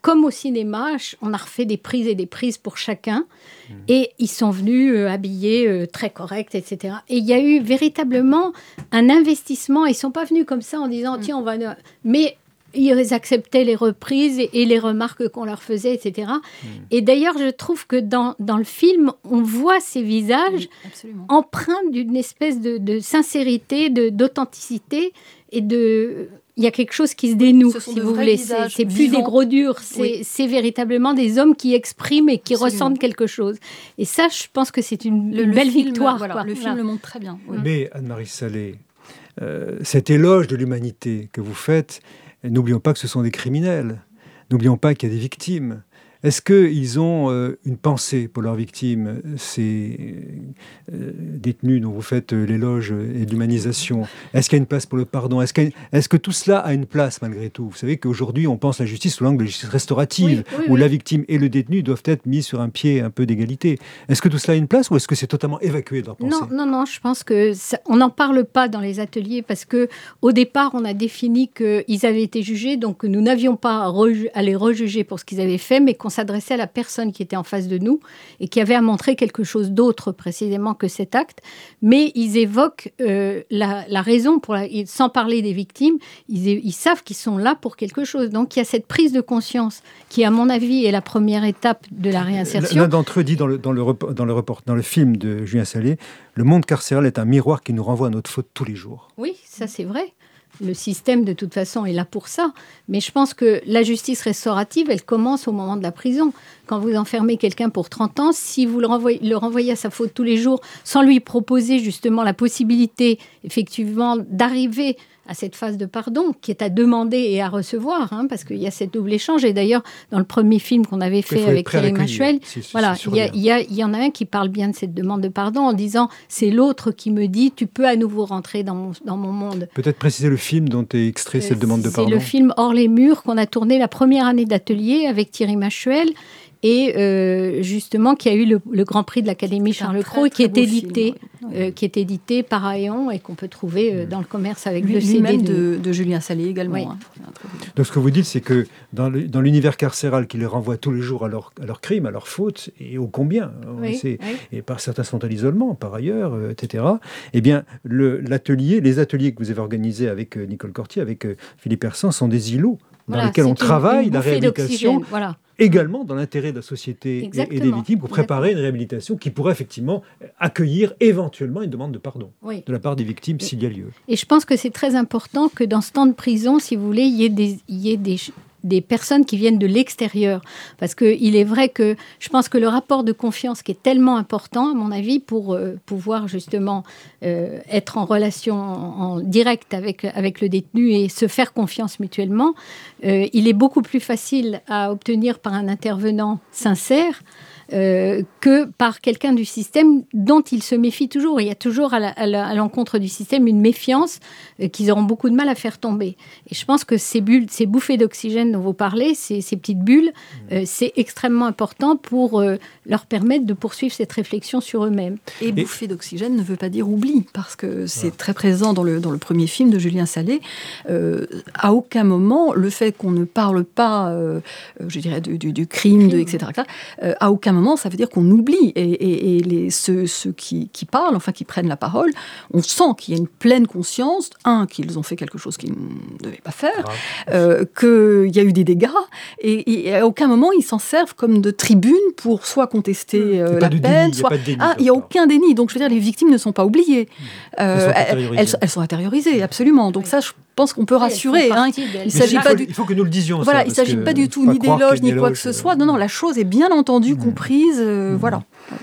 comme au cinéma, on a refait des prises et des prises pour chacun. Mmh. Et ils sont venus euh, habillés, euh, très corrects, et cetera. Et il y a eu véritablement un investissement. Ils ne sont pas venus comme ça en disant, mmh. tiens, on va... Mais ils acceptaient les reprises et, et les remarques qu'on leur faisait, et cetera. Mmh. Et d'ailleurs, je trouve que dans, dans le film, on voit ces visages oui, empreints d'une espèce de, de sincérité, de, d'authenticité et de... Il y a quelque chose qui se dénoue, si vous voulez. C'est, c'est plus des gros durs, c'est, oui. c'est véritablement des hommes qui expriment et qui Absolument. ressentent quelque chose. Et ça, je pense que c'est une, le, une le belle film, victoire. Voilà, quoi. Le film voilà. le montre très bien. Oui. Mais Anne-Marie Salé, euh, cet éloge de l'humanité que vous faites, n'oublions pas que ce sont des criminels. N'oublions pas qu'il y a des victimes. Est-ce qu'ils ont euh, une pensée pour leurs victimes, ces euh, détenus dont vous faites euh, l'éloge et l'humanisation? Est-ce qu'il y a une place pour le pardon? Est-ce, est-ce que tout cela a une place malgré tout? Vous savez qu'aujourd'hui, on pense la justice sous l'angle de la justice restaurative, oui, oui, où oui. la victime et le détenu doivent être mis sur un pied un peu d'égalité. Est-ce que tout cela a une place ou est-ce que c'est totalement évacué de leur pensée? Non, non, non, je pense que ça, on n'en parle pas dans les ateliers parce qu'au départ, on a défini qu'ils avaient été jugés, donc nous n'avions pas à, reju- à les rejuger pour ce qu'ils avaient fait, mais qu'on s'adressait à la personne qui était en face de nous et qui avait à montrer quelque chose d'autre précisément que cet acte. Mais ils évoquent euh, la, la raison, pour la, sans parler des victimes, ils, ils savent qu'ils sont là pour quelque chose. Donc il y a cette prise de conscience qui, à mon avis, est la première étape de la réinsertion. L'un d'entre eux dit dans le, dans le, dans le, report, dans le film de Julien Salé, le monde carcéral est un miroir qui nous renvoie à notre faute tous les jours. Oui, ça c'est vrai. Le système, de toute façon, est là pour ça. Mais je pense que la justice restaurative, elle commence au moment de la prison. Quand vous enfermez quelqu'un pour trente ans, si vous le renvoyez, le renvoyez à sa faute tous les jours, sans lui proposer justement la possibilité, effectivement, d'arriver à cette phase de pardon, qui est à demander et à recevoir, hein, parce qu'il y a cette double échange. Et d'ailleurs, dans le premier film qu'on avait fait avec Thierry Machuel, si, si, voilà, il y, a, il, y a, il y en a un qui parle bien de cette demande de pardon en disant « c'est l'autre qui me dit « tu peux à nouveau rentrer dans mon, dans mon monde ». Peut-être préciser le film dont est extrait euh, cette demande de pardon. C'est le film « Hors les murs » qu'on a tourné la première année d'atelier avec Thierry Machuel et euh, justement qui a eu le, le Grand Prix de l'Académie Charles Cros et qui est édité, film, oui. euh, qui est édité par Aéon et qu'on peut trouver euh, dans le commerce avec lui, le C D lui-même de, de Julien Salé également. Oui. Hein. Donc ce que vous dites, c'est que dans, le, dans l'univers carcéral qui les renvoie tous les jours à leurs à leur crimes, à leurs fautes, et ô combien, oui, oui. et par certains sont à l'isolement par ailleurs, euh, et cetera. Eh bien, le, l'atelier, les ateliers que vous avez organisés avec euh, Nicole Cortier, avec euh, Philippe Hersan, sont des îlots dans voilà, lesquels on travaille une la réhabilitation. Voilà. Également dans l'intérêt de la société Exactement. et des victimes pour préparer Exactement. une réhabilitation qui pourrait effectivement accueillir éventuellement une demande de pardon oui. de la part des victimes et, s'il y a lieu. Et je pense que c'est très important que dans ce temps de prison, si vous voulez, il y ait des, il y ait des, des personnes qui viennent de l'extérieur. Parce qu'il est vrai que je pense que le rapport de confiance qui est tellement important, à mon avis, pour euh, pouvoir justement euh, être en relation en, en direct avec, avec le détenu et se faire confiance mutuellement, euh, il est beaucoup plus facile à obtenir par un intervenant sincère Euh, que par quelqu'un du système dont ils se méfient toujours. Il y a toujours à, la, à, la, à l'encontre du système une méfiance euh, qu'ils auront beaucoup de mal à faire tomber. Et je pense que ces bulles, ces bouffées d'oxygène dont vous parlez, ces, ces petites bulles, euh, c'est extrêmement important pour euh, leur permettre de poursuivre cette réflexion sur eux-mêmes. Et, Et bouffée d'oxygène ne veut pas dire oubli, parce que c'est ouais. très présent dans le, dans le premier film de Julien Salé. Euh, à aucun moment, le fait qu'on ne parle pas, euh, je dirais, du, du, du crime, de, et cetera, et cetera euh, à aucun moment, ça veut dire qu'on oublie. Et, et, et les, ceux, ceux qui, qui parlent, enfin qui prennent la parole, on sent qu'il y a une pleine conscience, un, qu'ils ont fait quelque chose qu'ils ne devaient pas faire, euh, qu'il y a eu des dégâts, et, et à aucun moment, ils s'en servent comme de tribune pour soit contester euh, la peine, déni, soit... Il n'y a, ah, il y a aucun déni. Donc, je veux dire, les victimes ne sont pas oubliées. Euh, elles, elles, elles sont intériorisées, absolument. Donc oui. ça, je pense qu'on peut rassurer. Hein. Il, s'agit pas il, faut, du... il faut que nous le disions. Voilà, ça, il ne s'agit pas du tout ni d'éloge, ni quoi que ce soit. Non, non, la chose est bien entendu comprise. Euh, mmh. Voilà.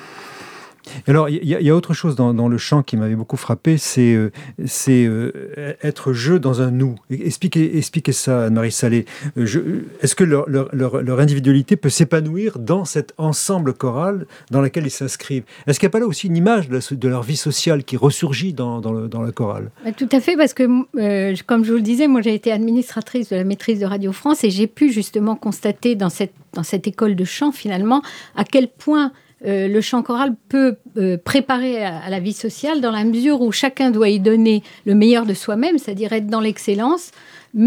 Alors, il y, y a autre chose dans, dans le chant qui m'avait beaucoup frappé, c'est, euh, c'est euh, être je dans un nous. Expliquez, expliquez ça, Anne-Marie Salé. Je, est-ce que leur, leur, leur, leur individualité peut s'épanouir dans cet ensemble choral dans lequel ils s'inscrivent? Est-ce qu'il n'y a pas là aussi une image de, la, de leur vie sociale qui ressurgit dans, dans, le, dans la chorale? Bah, tout à fait, parce que, euh, comme je vous le disais, moi j'ai été administratrice de la maîtrise de Radio France et j'ai pu justement constater dans cette, dans cette école de chant, finalement, à quel point Euh, le chant choral peut euh, préparer à, à la vie sociale dans la mesure où chacun doit y donner le meilleur de soi-même, c'est-à-dire être dans l'excellence, mais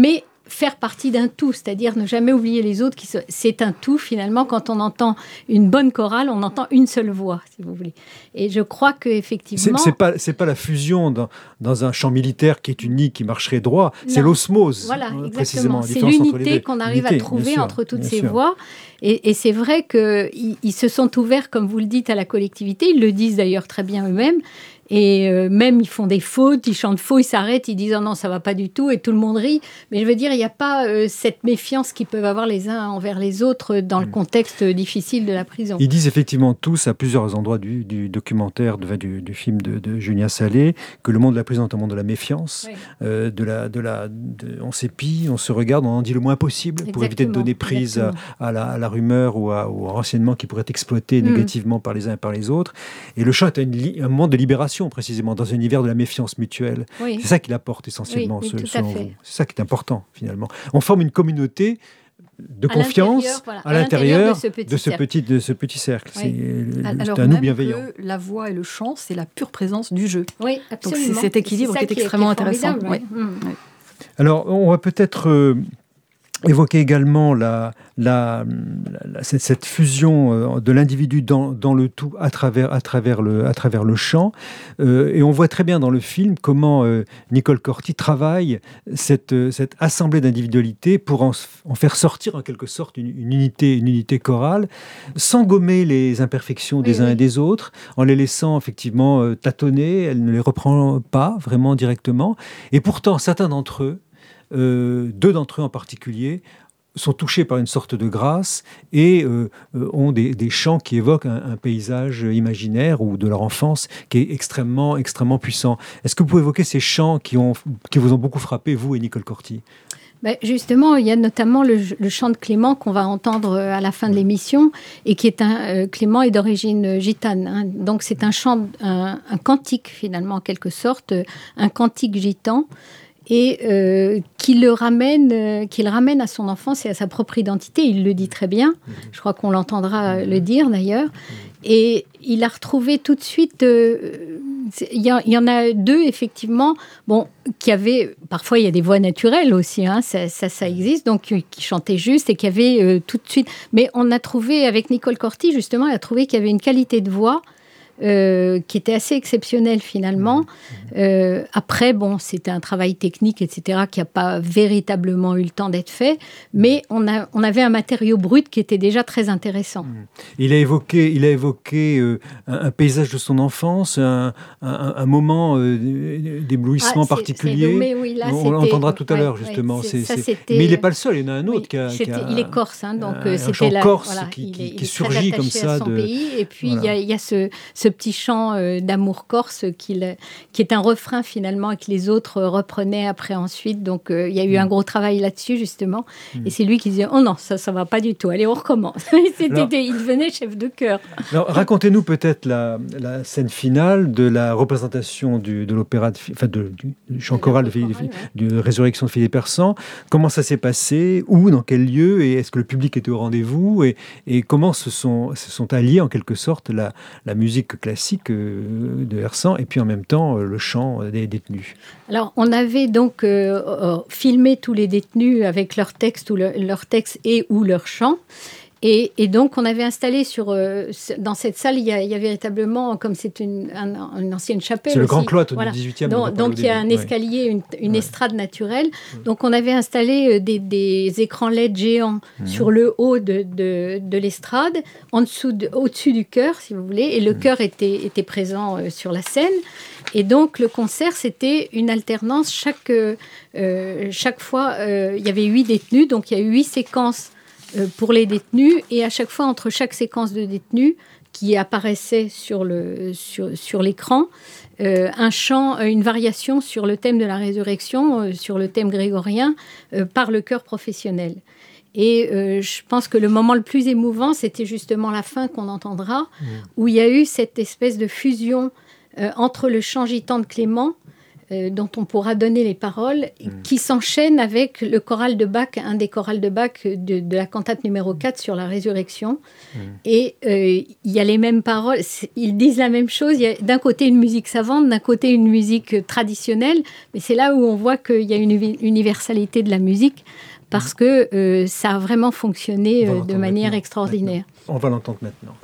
faire partie d'un tout, c'est-à-dire ne jamais oublier les autres. Qui se... C'est un tout, finalement. Quand on entend une bonne chorale, on entend une seule voix, si vous voulez. Et je crois qu'effectivement... C'est, c'est pas, c'est pas la fusion dans, dans un champ militaire qui est unique, qui marcherait droit. Non. C'est l'osmose, voilà, hein, précisément. C'est l'unité qu'on arrive l'unité, à trouver sûr, entre toutes ces sûr. voix. Et, et c'est vrai qu'ils ils se sont ouverts, comme vous le dites, à la collectivité. Ils le disent d'ailleurs très bien eux-mêmes. Et euh, même, ils font des fautes, ils chantent faux, ils s'arrêtent, ils disent « Oh non, ça va pas du tout » et tout le monde rit. Mais je veux dire, il n'y a pas euh, cette méfiance qu'ils peuvent avoir les uns envers les autres dans le contexte difficile de la prison. Ils disent effectivement tous, à plusieurs endroits du, du documentaire, de, du, du film de, de Julien Salé, que le monde de la prison est un monde de la méfiance, oui. euh, de la, de la, de, on s'épie, on se regarde, on en dit le moins possible exactement, pour éviter de donner prise à, à, la, à la rumeur ou, à, ou au renseignement qui pourrait être exploité mmh. négativement par les uns et par les autres. Et le chant est un, un moment de libération, précisément, dans un univers de la méfiance mutuelle. Oui. C'est ça qu'il apporte essentiellement, oui, oui, ce, selon vous. C'est ça qui est important, finalement. On forme une communauté de à confiance l'intérieur, voilà. à, à l'intérieur, l'intérieur de, ce petit, de, ce petit, de ce petit cercle. Oui. C'est, Alors c'est un nous bienveillant. Que la voix et le chant, c'est la pure présence du jeu. Oui, absolument. Donc c'est cet équilibre c'est qui est extrêmement qui est intéressant. Oui. Oui. Mmh. Alors, on va peut-être... Euh, évoquer également la, la, la, cette, cette fusion de l'individu dans, dans le tout à travers, à travers, le, à travers le chant. Euh, et on voit très bien dans le film comment euh, Nicole Corti travaille cette, cette assemblée d'individualités pour en, en faire sortir en quelque sorte une, une, unité, une unité chorale, sans gommer les imperfections des oui, uns oui. et des autres, en les laissant effectivement euh, tâtonner. Elle ne les reprend pas vraiment directement. Et pourtant, certains d'entre eux, Euh, deux d'entre eux en particulier sont touchés par une sorte de grâce et euh, euh, ont des, des chants qui évoquent un, un paysage imaginaire ou de leur enfance qui est extrêmement, extrêmement puissant. Est-ce que vous pouvez évoquer ces chants qui, ont, qui vous ont beaucoup frappé, vous et Nicole Corti ? Ben justement, il y a notamment le, le chant de Clément qu'on va entendre à la fin de l'émission et qui est un euh, Clément est d'origine gitane. Hein, donc c'est un chant, un, un cantique finalement en quelque sorte, un cantique gitan. Et euh, qui le ramène, euh, qui le ramène à son enfance et à sa propre identité. Il le dit très bien. Je crois qu'on l'entendra le dire d'ailleurs. Et il a retrouvé tout de suite. Euh, il, y a, il y en a deux effectivement. Bon, qui avaient parfois il y a des voix naturelles aussi. Hein, ça, ça, ça existe. Donc qui chantaient juste et qui avaient euh, tout de suite. Mais on a trouvé avec Nicole Corti justement, elle a trouvé qu'il y avait une qualité de voix. Euh, qui était assez exceptionnel finalement. Euh, après, bon, c'était un travail technique, et cetera, qui n'a pas véritablement eu le temps d'être fait, mais on, a, on avait un matériau brut qui était déjà très intéressant. Il a évoqué, il a évoqué euh, un, un paysage de son enfance, un, un, un moment euh, d'éblouissement ah, c'est, particulier. C'est, mais oui, là, on l'entendra tout à ouais, l'heure, justement. Ouais, c'est, c'est, c'est... C'est... Mais il n'est pas le seul, il y en a un autre oui, qui, a, qui a... Il est corse, hein, donc un, c'était un chant la, corse voilà, qui, qui, il est, qui il surgit comme ça. À son de... pays, et puis il voilà. y, y a ce... ce petit chant euh, d'amour corse qui, le, qui est un refrain finalement et que les autres reprenaient après ensuite. Donc il euh, y a eu mmh. un gros travail là-dessus justement. Mmh. Et c'est lui qui disait « Oh non, ça, ça va pas du tout. Allez, on recommence. » Alors, il devenait chef de chœur. Alors racontez-nous peut-être la, la scène finale de la représentation du, de l'opéra, de, enfin de, du, du chant choral de, de, ouais. de Résurrection de Philippe Persant. Comment ça s'est passé ? Où ? Dans quel lieu ? Et est-ce que le public était au rendez-vous ? Et, et comment se sont, se sont alliés en quelque sorte la, la musique classique de Hersant et puis en même temps le chant des détenus. Alors on avait donc euh, euh, filmé tous les détenus avec leur texte ou le, leur texte et ou leur chant. Et, et donc, on avait installé sur, euh, dans cette salle, il y a, il y a véritablement, comme c'est une, un, une ancienne chapelle. C'est aussi, le grand cloître voilà. du dix-huitième. Donc, donc il y a un escalier, ouais. une, une ouais. estrade naturelle. Ouais. Donc, on avait installé des, des écrans L E D géants mmh. sur le haut de, de, de l'estrade, en dessous de, au-dessus du chœur, si vous voulez. Et le mmh. chœur était, était présent euh, sur la scène. Et donc, le concert, c'était une alternance. Chaque, euh, chaque fois, euh, il y avait huit détenus. Donc, il y a eu huit séquences pour les détenus, et à chaque fois, entre chaque séquence de détenus qui apparaissait sur, le, sur, sur l'écran, euh, un chant, une variation sur le thème de la résurrection, euh, sur le thème grégorien, euh, par le chœur professionnel. Et euh, je pense que le moment le plus émouvant, c'était justement la fin qu'on entendra, mmh. où il y a eu cette espèce de fusion euh, entre le chant gitan de Clément, euh, dont on pourra donner les paroles, mmh. qui s'enchaîne avec le choral de Bach, un des chorals de Bach de, de la cantate numéro quatre sur la résurrection. Mmh. Et euh, il y a les mêmes paroles, ils disent la même chose. Il y a d'un côté une musique savante, d'un côté une musique traditionnelle, mais c'est là où on voit qu'il y a une universalité de la musique, parce mmh. que euh, ça a vraiment fonctionné euh, de manière maintenant. extraordinaire. Maintenant. On va l'entendre maintenant.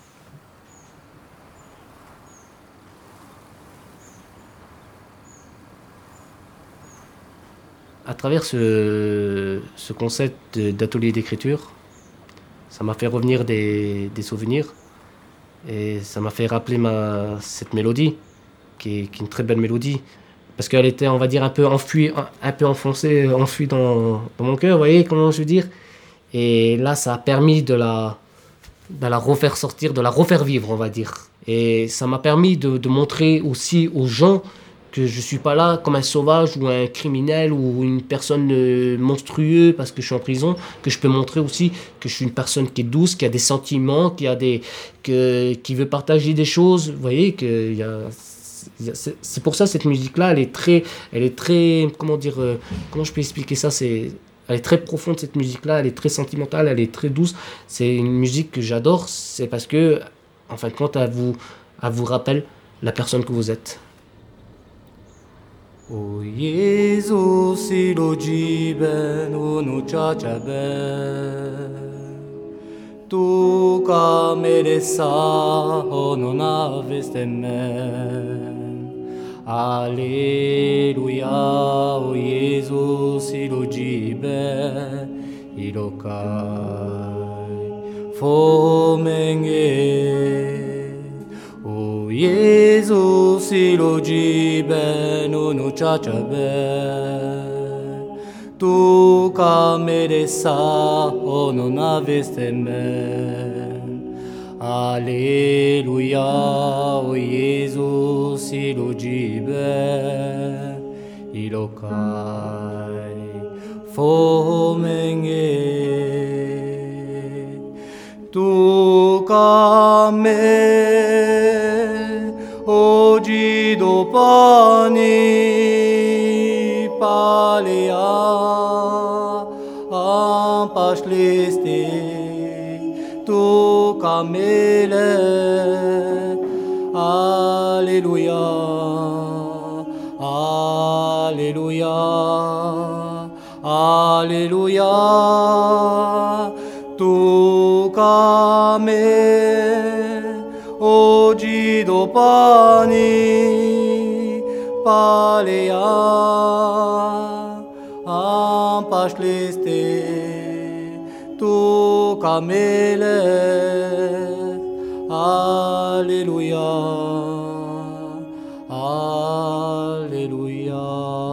À travers ce, ce concept d'atelier d'écriture, ça m'a fait revenir des, des souvenirs et ça m'a fait rappeler ma, cette mélodie, qui est, qui est une très belle mélodie, parce qu'elle était, on va dire, un peu enfuie, un peu enfoncée, enfuie dans, dans mon cœur, vous voyez comment je veux dire. Et là, ça a permis de la, de la refaire sortir, de la refaire vivre, on va dire. Et ça m'a permis de, de montrer aussi aux gens que je ne suis pas là comme un sauvage ou un criminel ou une personne euh, monstrueuse parce que je suis en prison, que je peux montrer aussi que je suis une personne qui est douce, qui a des sentiments, qui, a des, que, qui veut partager des choses. Vous voyez, que y a, y a, c'est, c'est pour ça cette musique-là, elle est très, elle est très, comment dire, euh, comment je peux expliquer ça, c'est, elle est très profonde cette musique-là, elle est très sentimentale, elle est très douce. C'est une musique que j'adore, c'est parce que, en fin de compte, elle vous, elle vous rappelle la personne que vous êtes. O Jesus ilugiben unu chachabe tu cameresa ono navestemen Alleluia o Jesus ilugiben ilokai fomenge O Jesus ilugiben unu chachabe tu cameresa ono navestemen Alleluia o Jesus ilugiben ilokai fomenge tu cameresa Oggi domani palea ampașleste tu camele Alleluia Alleluia Alleluia tu camele Oggi domani palea ampașleste tu camele Alleluia Alleluia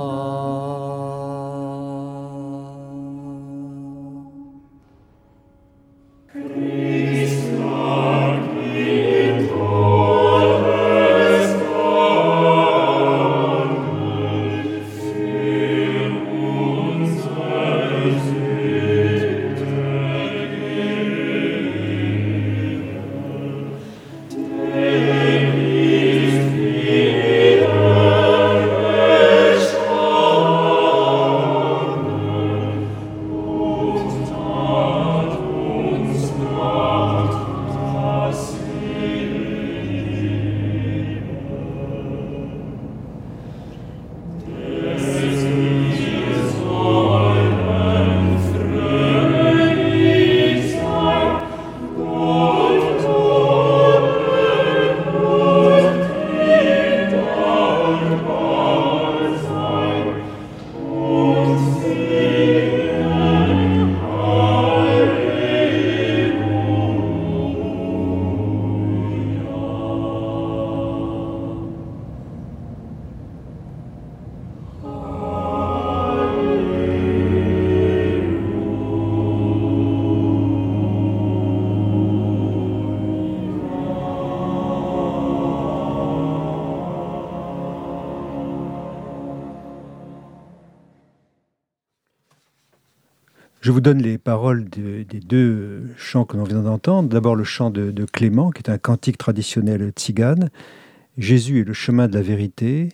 Je vous donne les paroles de, des deux chants que l'on vient d'entendre. D'abord le chant de, de Clément, qui est un cantique traditionnel tzigane. Jésus est le chemin de la vérité.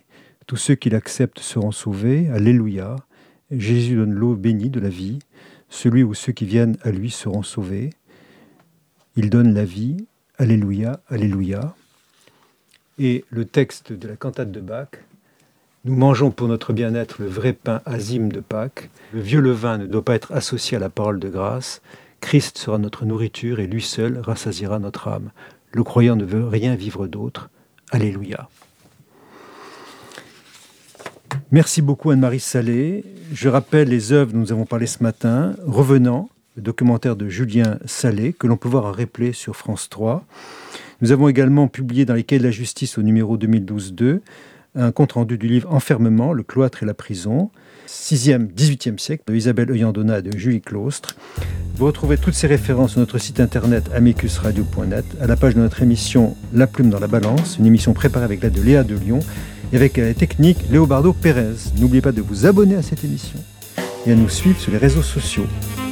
Tous ceux qui l'acceptent seront sauvés. Alléluia. Jésus donne l'eau bénie de la vie. Celui ou ceux qui viennent à lui seront sauvés. Il donne la vie. Alléluia, Alléluia. Et le texte de la cantate de Bach. Nous mangeons pour notre bien-être le vrai pain azime de Pâques. Le vieux levain ne doit pas être associé à la parole de grâce. Christ sera notre nourriture et lui seul rassasiera notre âme. Le croyant ne veut rien vivre d'autre. Alléluia. Merci beaucoup Anne-Marie Salé. Je rappelle les œuvres dont nous avons parlé ce matin. Revenant, le documentaire de Julien Salé, que l'on peut voir en replay sur France trois. Nous avons également publié dans les Cahiers de la Justice au numéro deux mille douze deux un compte-rendu du livre Enfermement, le cloître et la prison, sixième dix-huitième siècle, de Isabelle Oyandona et de Julie Claustre. Vous retrouvez toutes ces références sur notre site internet amicus radio point net, à la page de notre émission La Plume dans la Balance, une émission préparée avec l'aide de Léa de Lyon et avec la technique Léobardo Pérez. N'oubliez pas de vous abonner à cette émission et à nous suivre sur les réseaux sociaux.